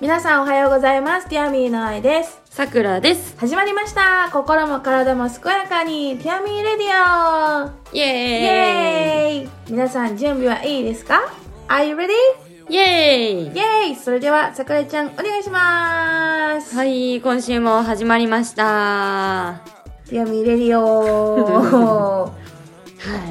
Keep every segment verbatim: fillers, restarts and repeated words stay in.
皆さんおはようございます。ティアミーのあいです。 さくらです。 始まりました。心も体も健やかにティアミーレディオ。 イエーイイエーイ。皆さん準備はいいですか？ Are you ready? イエーイイエーイ。それではさくらちゃんお願いします。 はい、今週も始まりました。 ティアミーレディオはい、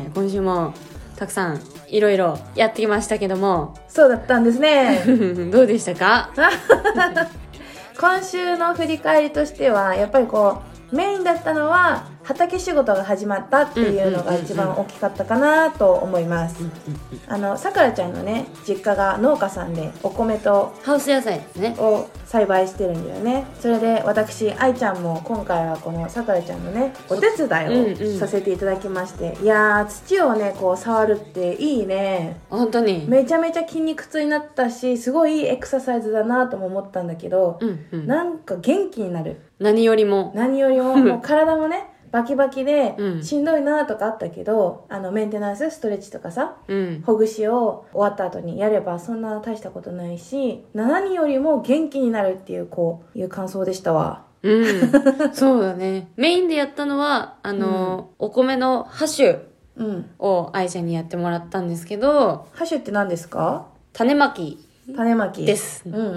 今週もたくさんいろいろやってきましたけどもそうだったんですねどうでしたか？ 今週の振り返りとしてはやっぱりこうメインだったのは畑仕事が始まったっていうのが一番大きかったかなと思います。あのさくらちゃんのね実家が農家さんでお米とハウス野菜ですねを栽培してるんだよね。それで私愛ちゃんも今回はこのさくらちゃんのねお手伝いをさせていただきまして、うんうん、いやー土をねこう触るっていいね。 本当にめちゃめちゃ筋肉痛になったしすごいいいエクササイズだなとも思ったんだけど、 うんうん、 なんか元気になる。 何よりも何よりももう体もねバキバキでうんしんどいなとかあったけど、あのメンテナンスストレッチとかさ、 うん、 ほぐしを終わった後にやればそんな大したことないし、何よりも元気になるっていうこういう感想でしたわ。 うん、そうだね。メインでやったのはあの、うん、お米のハッシュを愛ちゃんにやってもらったんですけど、 ハッシュって何ですか？ 種まき種まきです。 うんうん。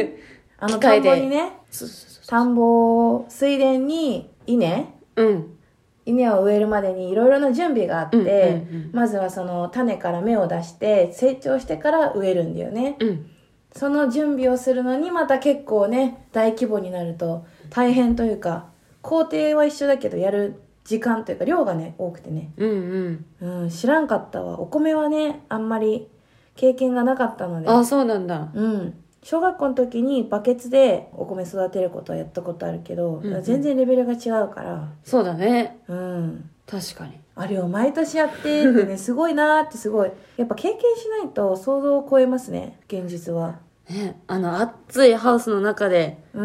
あの田んぼにね、田んぼ水田に稲、 うん、 稲を植えるまでにいろいろな準備があって、 うんうんうん、 まずはその種から芽を出して成長してから植えるんだよね、 うん、 その準備をするのにまた結構ね大規模になると大変というか、工程は一緒だけどやる時間というか量がね多くてね、 うんうんうん、知らんかったわ。お米はねあんまり経験がなかったので。 あ、そうなんだ。 うん小学校の時にバケツでお米育てることはやったことあるけど、うんうん、全然レベルが違うから。 そうだね、 うん、 確かにあれを毎年やってってねすごいなーってすごいやっぱ経験しないと想像を超えますね現実はね。あの暑いハウスの中で、 うん、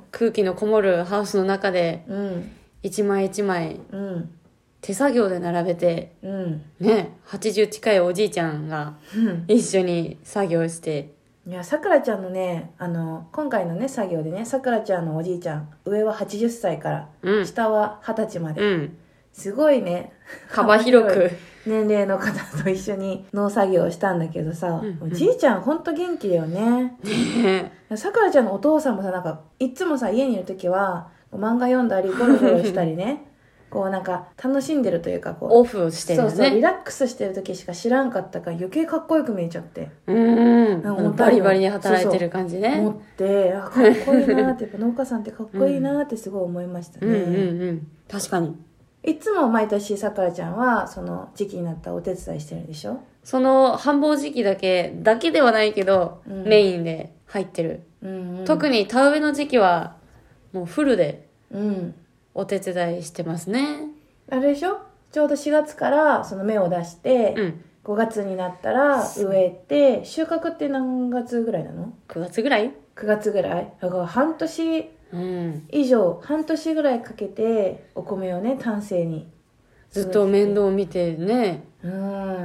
空気のこもるハウスの中で、 うん、 一枚一枚、 うん、 手作業で並べて、 うん、 ね、はちじゅう近いおじいちゃんが一緒に作業して、 いやさくらちゃんのねあの今回のね作業でねさくらちゃんのおじいちゃん上ははちじゅっさいから、うん、下ははたちまで、うん、すごいね幅広く年齢の方と一緒に農作業をしたんだけどさ、うんうん、おじいちゃんほんと元気だよね。さくらちゃんのお父さんもさなんかいつもさ家にいる時は漫画読んだりゴロゴロしたりねこうなんか楽しんでるというかこうオフをしてるね。 そうそうリラックスしてる時しか知らんかったから余計かっこよく見えちゃって、 うんうんバリバリに働いてる感じね。 思ってあかっこいいなってやっぱ農家さんってかっこいいなってすごい思いましたね、 うんうんうんうん、確かにいつも毎年さくらちゃんはその時期になったらお手伝いしてるでしょ。 その繁忙時期だけだけではないけど、うん、メインで入ってる、うんうん、特に田植えの時期はもうフルでお手伝いしてますね、 うん、あれでしょちょうどしがつからその芽を出して、うん、ごがつになったら植えて収穫って何月ぐらいなの？ くがつぐらい ?く月ぐらいだから半年以上、うん、半年ぐらいかけてお米をね丹精にずっと面倒を見てね、 うん、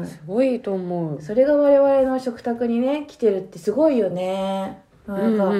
すごいと思う。 それが我々の食卓にね来てるってすごいよね。なんか、うんうんうん、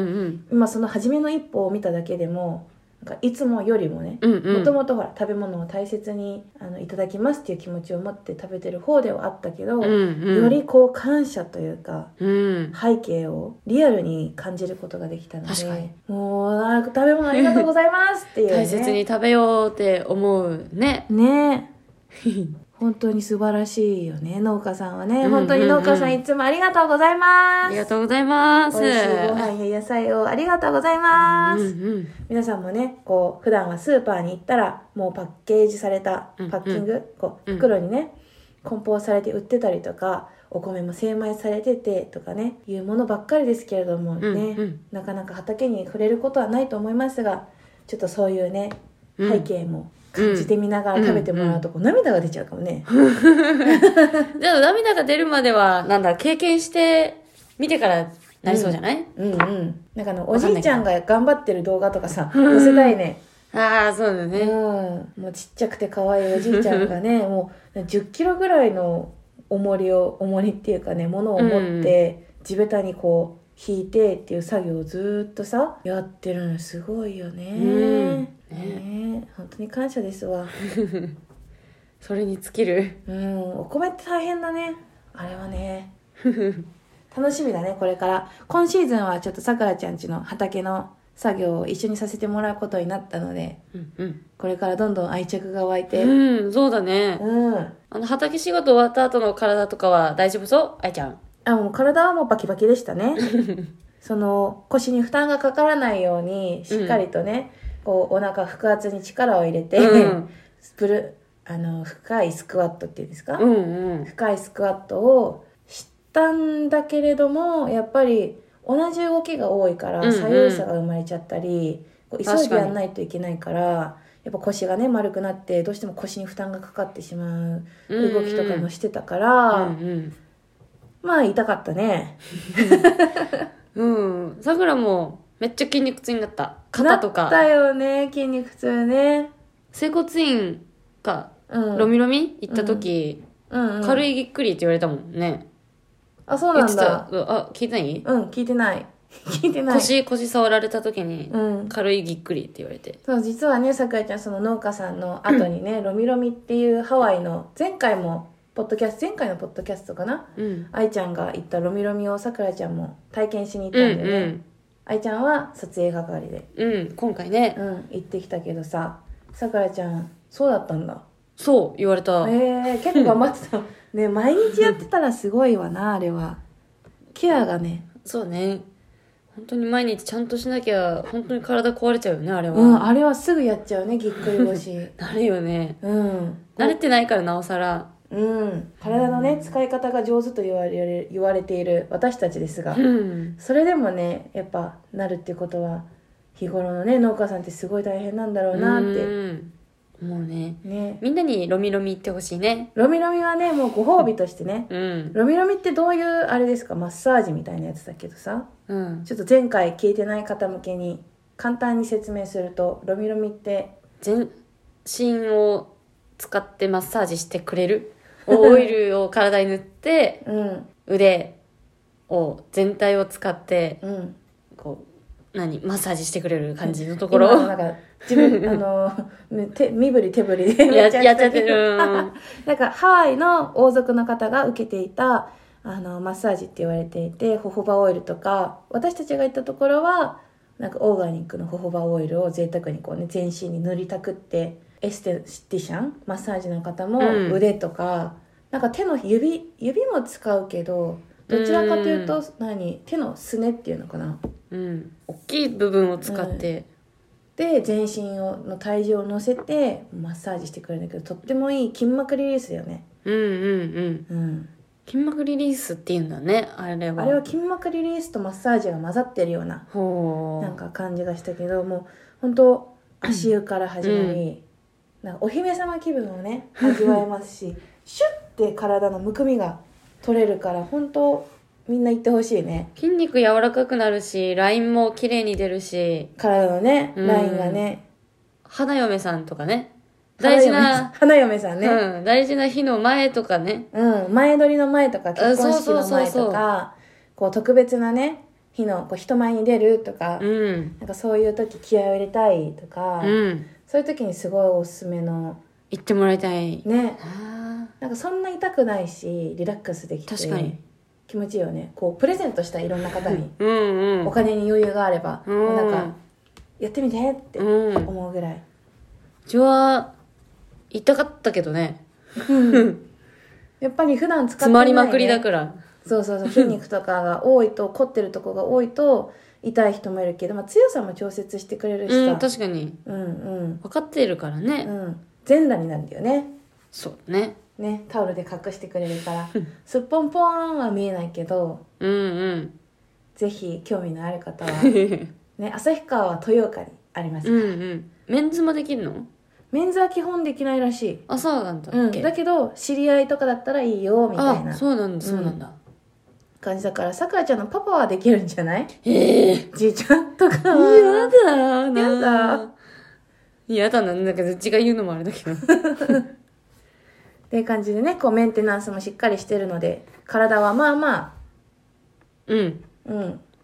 今その初めの一歩を見ただけでもなんかいつもよりもねもともとほら食べ物を大切にあのいただきますっていう気持ちを持って食べてる方ではあったけど、うんうん、よりこう感謝というか、うん、背景をリアルに感じることができたので、もうあ食べ物ありがとうございますっていう、ね、 大切に食べようって思うねね本当に素晴らしいよね農家さんはね、うんうんうん、本当に農家さんいつもありがとうございます。 ありがとうございます。 美味しいご飯や野菜をありがとうございます、うんうん、皆さんもねこう普段はスーパーに行ったらもうパッケージされたパッキング、うんうん、こう袋にね梱包されて売ってたりとかお米も精米されててとかねいうものばっかりですけれどもね、うんうん、なかなか畑に触れることはないと思いますがちょっとそういうね背景も、うん感じてみながら食べてもらうとこう、うん、涙が出ちゃうかもねでも涙が出るまではなんだ経験して見てからなりそうじゃない？ うんうん、うん、なんかあのおじいちゃんが頑張ってる動画とかさ載せたいね。 ああそうだね、うん、 もうちっちゃくて可愛いおじいちゃんがねもうじゅっキロぐらいの重りを重りっていうかねものを持って、うん、地べたにこう引いてっていう作業をずーっとさやってるのすごいよね。 うんねえ本当に感謝ですわ。 それに尽きる。 うんお米って大変だねあれはね。楽しみだねこれから。今シーズンはちょっとさくらちゃんちの畑の作業を一緒にさせてもらうことになったので、 うんうん。 これからどんどん愛着が湧いて、 うん、そうだね。 うんあの、畑仕事終わった後の体とかは大丈夫そう愛ちゃん。 あもう体はもうバキバキでしたね。その腰に負担がかからないようにしっかりとね、うん、こうお腹腹圧に力を入れて、うん、スプルあの深いスクワットっていうんですか、 うんうん、 深いスクワットをしたんだけれどもやっぱり同じ動きが多いから左右差が生まれちゃったり、うんうん、こう急いでやんないといけないからやっぱ腰がね丸くなってどうしても腰に負担がかかってしまう動きとかもしてたから、うんうん、まあ痛かったね。 うんさくらもめっちゃ筋肉痛になった。肩とかなったよね筋肉痛ね。 整骨院か、うん、ロミロミ行った時、うんうんうん、軽いぎっくりって言われたもんね。 あそうなんだ。 あ聞いてない？ うん聞いてない聞いてない。 腰腰触られた時に、うん、軽いぎっくりって言われて。 そう実はねさくらちゃんその農家さんの後にねロミロミっていうハワイの前回もポッドキャスト前回のポッドキャストかな、うん、愛ちゃんが行ったロミロミをさくらちゃんも体験しに行ったんでね、うんうん、愛ちゃんは撮影係で、 うん、今回ね、 うん、行ってきたけどささくらちゃんそうだったんだ。 そう言われた。 えー、結構頑張ってたね毎日やってたらすごいわなあれはケアがね。 そうね本当に毎日ちゃんとしなきゃ本当に体壊れちゃうよねあれは。 うんあれはすぐやっちゃうねぎっくり腰。 なるよね。 うん慣れてないからなおさら。 うん体のね使い方が上手と言われ言われている私たちですが、 うん、 それでもねやっぱなるってことは日頃のね農家さんってすごい大変なんだろうなって。 うんもう ね, ねみんなにロミロミ言ってほしいね。 ロミロミはねもうご褒美としてね、 うん、 ロミロミってどういうあれですかマッサージみたいなやつだけどさ、 うん、 ちょっと前回聞いてない方向けに簡単に説明するとロミロミって全身を使ってマッサージしてくれるオイルを体に塗って、うん、腕を全体を使って、うん、こう何マッサージしてくれる感じのところをなんか自分あの手身振り手振りでや, やっちゃってる。 なんかハワイの王族の方が受けていたあのマッサージって言われていてホホバオイルとか私たちが行ったところはなんかオーガニックのホホバオイルを贅沢にこうね全身に塗りたくってエステティシャンマッサージの方も腕とか、うん、なんか手の指指も使うけどどちらかというと何手のすねっていうのかな、 うん、大きい部分を使って、うんで全身をの体重を乗せてマッサージしてくれるんだけどとってもいい筋膜リリースだよね。 うんうんうん、うん、筋膜リリースっていうんだねあれは。 あれは筋膜リリースとマッサージが混ざってるようななんか感じがしたけどもう本当足湯から始まり、うん、なんかお姫様気分をね味わえますしシュッて体のむくみが取れるから本当みんな行ってほしいね。 筋肉柔らかくなるしラインも綺麗に出るし体のねラインがね、 うん、花嫁さんとかね大事な花嫁さんね、 うん、大事な日の前とかね、 うん、前撮りの前とか結婚式の前とかこう特別なね日のこう人前に出るとか、うん、なんかそういう時気合を入れたいとか、うん、そういう時にすごいおすすめの行ってもらいたいね。なんかそんな痛くないしリラックスできて確かに気持ちいいよね。こうプレゼントしたいろんな方にうん、うん、お金に余裕があれば、うん、なんかやってみてって思うぐらい、うん、 うちは痛かったけどね、 うん、やっぱり普段使ってない、ね、 詰まりまくりだからそうそうそう筋肉とかが多いと凝ってるとこが多いと痛い人もいるけど、まあ、強さも調節してくれるしさ、 うん、確かに、うんうん、分かってるからね、 うん、全裸になるんだよね。 そうねね、タオルで隠してくれるからすっぽんぽんは見えないけど、 うんうん、 ぜひ興味のある方はね、旭川は豊岡にありますから、うんうん、 メンズもできるの？ メンズは基本できないらしい。 あ、そうなんだっけ、 うん、だけど知り合いとかだったらいいよみたいな。 あ、そうなんだそうなんだ、うん、 感じだからさくらちゃんのパパはできるんじゃない？ ええー、 じいちゃんとかはやだなやだやだな、なんかうちが言うのもあれだけどっていう感じでね、こうメンテナンスもしっかりしてるので体はまあまあうんうん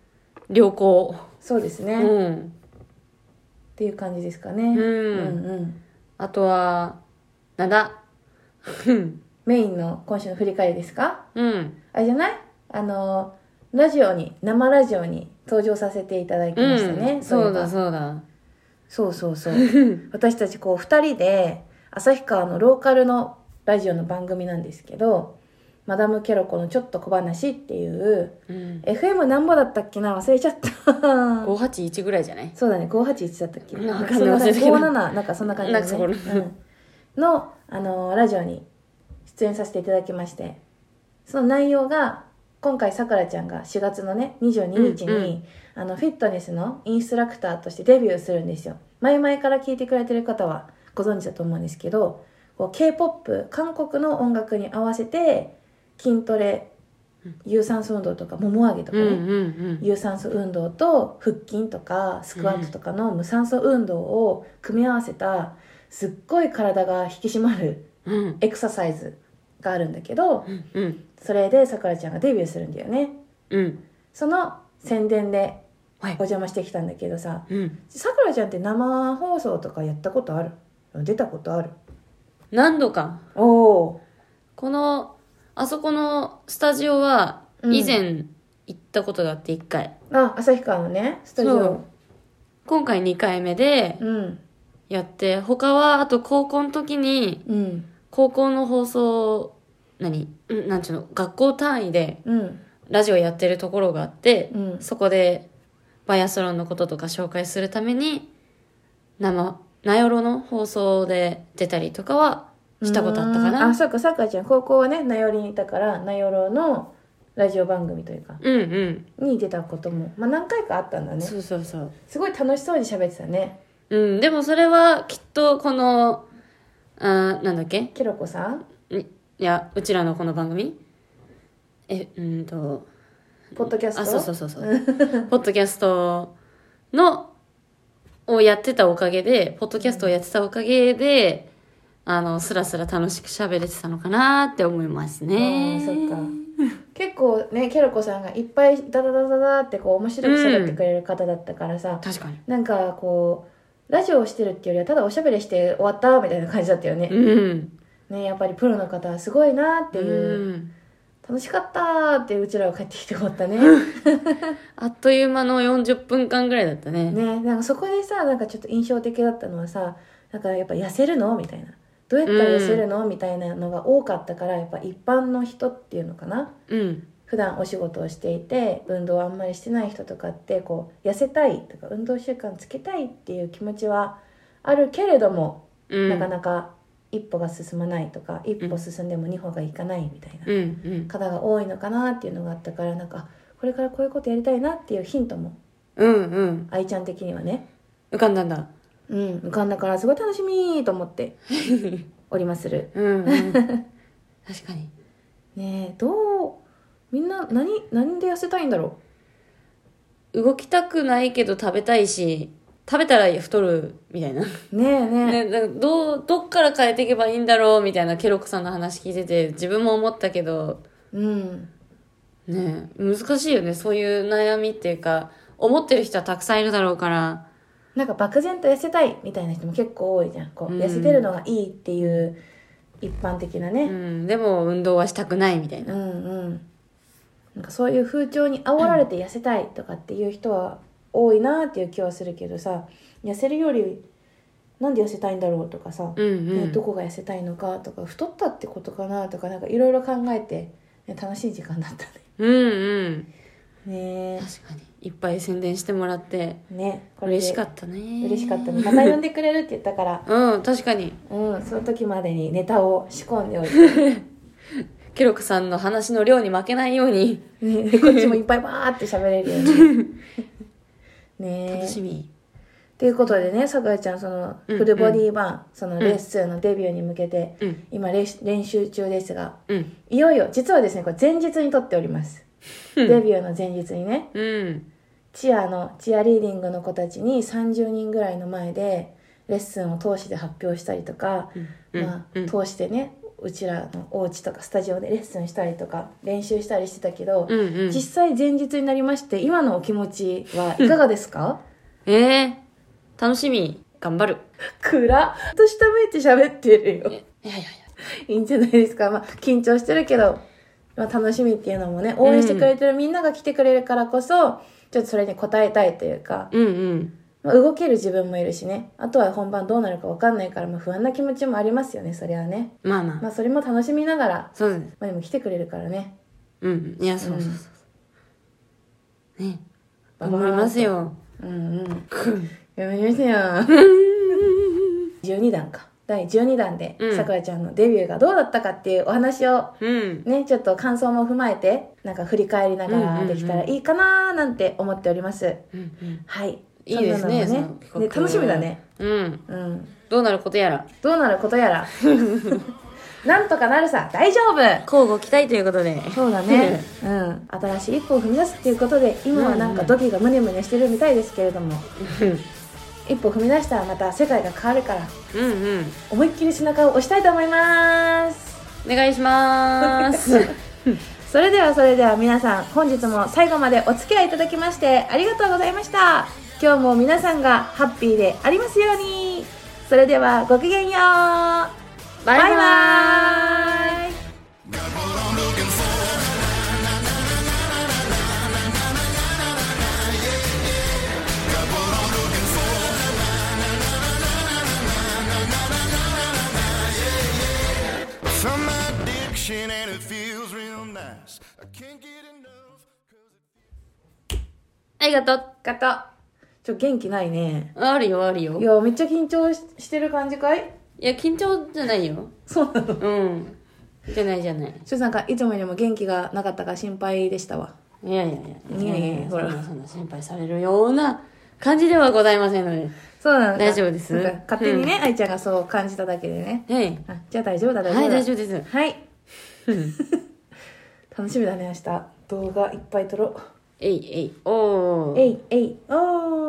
良好。 そうですね、 うん、 っていう感じですかね、 うん、 うんうん。 あとはなんだメインの今週の振り返りですか？ うん。 あれじゃない？あのラジオに生ラジオに登場させていただきましたね、 うん、そうだそうだ。 そうそうそう私たちこうふたりで旭川のローカルのラジオの番組なんですけど、マダムケロコのちょっと小話っていう、うん、エフエム なんぼだったっけな、忘れちゃったごひゃくはちじゅういちぐらいじゃない？ そうだね、ごひゃくはちじゅういちだったっけ、 なんかそんな忘れたけどごじゅうなな、なんかそんな感じですね、うん、の、あのー、ラジオに出演させていただきまして、その内容が今回さくらちゃんがしがつのねにじゅうににちに、うんうん、あのフィットネスのインストラクターとしてデビューするんですよ。前々から聞いてくれてる方はご存知だと思うんですけど、こう K-ポップ 韓国の音楽に合わせて筋トレ、有酸素運動とかもも上げとかね、うんうんうん、有酸素運動と腹筋とかスクワットとかの無酸素運動を組み合わせたすっごい体が引き締まるエクササイズがあるんだけど、うんうん、それでさくらちゃんがデビューするんだよね、うん、その宣伝でお邪魔してきたんだけどさ、さくらちゃんって生放送とかやったことある？出たことある？ 何度か。 おこのあそこのスタジオは以前行ったことがあっていっかい、 うん、あ、旭川のねスタジオ、 今回にかいめでやって、うん、他はあと高校の時に、うん、高校の放送何なんちゅうの学校単位でラジオやってるところがあって、うん、そこでバイアスロンのこととか紹介するために生ナヨロの放送で出たりとかはしたことあったかな。 あ、そっか、さくらちゃん高校はねナヨリにいたからナヨロのラジオ番組というか、うんうん、に出たことも、まあ、何回かあったんだね。 そうそうそう。 すごい楽しそうに喋ってたね。 うん、でもそれはきっとこのあなんだっけケロコさんいやうちらのこの番組えうんとポッドキャスト、 あそうそうそうそうポッドキャストのをやってたおかげでポッドキャストをやってたおかげで、うん、あのスラスラ楽しく喋れてたのかなって思いますね。 あ、そっか結構ねケロコさんがいっぱいダダダダダってこう面白く喋ってくれる方だったからさ、うん、 確かになんかこうラジオをしてるっていうよりはただおしゃべりして終わったみたいな感じだったよね、うん、ね、やっぱりプロの方はすごいなっていう、うん、楽しかったってうちらが帰ってきて終わったねあっという間のよんじゅっぷんかんぐらいだったね。 ね、なんかそこでさなんかちょっと印象的だったのはさ、なんかやっぱ痩せるのみたいな、どうやったら痩せるの、うん、みたいなのが多かったから、やっぱ一般の人っていうのかな、うん、普段お仕事をしていて運動あんまりしてない人とかってこう痩せたいとか運動習慣つけたいっていう気持ちはあるけれども、うん、なかなか一歩が進まないとか、一歩進んでも二歩がいかないみたいな方が多いのかなっていうのがあったから、なんかこれからこういうことやりたいなっていうヒントも、うんうん、愛ちゃん的にはね浮かんだんだ。 うん、浮かんだからすごい楽しみと思っておりまするうん、うん、 確かにねえ、どうみんな何何で痩せたいんだろう。動きたくないけど食べたいし、食べたら太るみたいな。ねえねえ。ね、どう、どっから変えていけばいいんだろうみたいなケロックさんの話聞いてて、自分も思ったけど、うん。ねえ、難しいよね。そういう悩みっていうか、思ってる人はたくさんいるだろうから。 なんか漠然と痩せたいみたいな人も結構多いじゃん。こう、うん、痩せてるのがいいっていう一般的なね。 うん。でも運動はしたくないみたいな。 うんうん。なんかそういう風潮に煽られて痩せたいとかっていう人は多いなっていう気はするけどさ、痩せるよりなんで痩せたいんだろうとかさ、うんうん、ね、どこが痩せたいのかとか、太ったってことかなとか、なんかいろいろ考えて、ね、楽しい時間だったね。 うんうん。 ね、 確かにいっぱい宣伝してもらってね、 これ嬉しかったね。 嬉しかったね。また呼んでくれるって言ったからうん確かに、 うん、その時までにネタを仕込んでおいてケロクさんの話の量に負けないように、 ね、こっちもいっぱいバーって喋れるようにね。 楽しみということでね、さくらちゃんそのフルボディバーン、うん、そのレッスンのデビューに向けて、うん、今練習中ですが、うん、いよいよ実はですねこれ前日に撮っておりますデビューの前日にね、うん、チアのチアリーディングの子たちにさんじゅうにんぐらいの前でレッスンを通して発表したりとか、うん、まあ、うん、通してねうちらのお家とかスタジオでレッスンしたりとか練習したりしてたけど、 うんうん、 実際前日になりまして今のお気持ちはいかがですか？ えー、楽しみ。頑張る。 暗っと下向いて喋ってるよ。 いやいやいやいいんじゃないですか。まあ緊張してるけど、まあ、楽しみっていうのもね、応援してくれてるみんなが来てくれるからこそ、うん、ちょっとそれに応えたいというか、 うんうんまあ、動ける自分もいるしね、あとは本番どうなるか分かんないから、まあ、不安な気持ちもありますよね、それはね。 まあまあまあそれも楽しみながら、 そうです。 まあでも来てくれるからね。 うんいやそうそうそうそう、うん、ね頑張りますよ。 うんうんやめますよじゅうにだんかだいじゅうにだんでさくらちゃんのデビューがどうだったかっていうお話をね、うん、ちょっと感想も踏まえてなんか振り返りながらできたらいいかななんて思っております、うんうん、はいいいですね、 ねね楽しみだね。 うん、うん、どうなることやらどうなることやらなんとかなるさ、大丈夫。 交互期待ということで。 そうだねうん新しい一歩を踏み出すっていうことで今はなんかドキがムネムネしてるみたいですけれども、うん一歩踏み出したらまた世界が変わるから、うんうん、思いっきり背中を押したいと思います。 お願いしますそれではそれでは皆さん本日も最後までお付き合いいただきましてありがとうございました。今日も皆さんがハッピーでありますように。それではごきげんよう。バイバイ。バイバイ。 ありがとう。 ガト。ちょ、元気ないね。 あるよ、あるよ。 いや、めっちゃ緊張 し, してる感じかい？ いや、緊張じゃないよ。 そうなの？ うん。じゃないじゃない。 ちょっとなんか、いつもよりも元気がなかったから心配でしたわ。 いやいやいや。 いやいやいや、 ほら。そんな心配されるような感じではございませんので。 そうなの。 大丈夫です。 勝手にね、愛、うん、ちゃんがそう感じただけでね。 はい。 あ、じゃあ大丈夫だ、大丈夫だ。 はい、大丈夫です。 はい。楽しみだね、明日。動画いっぱい撮ろう。 えい、えい、おー。 えい、えい、おー。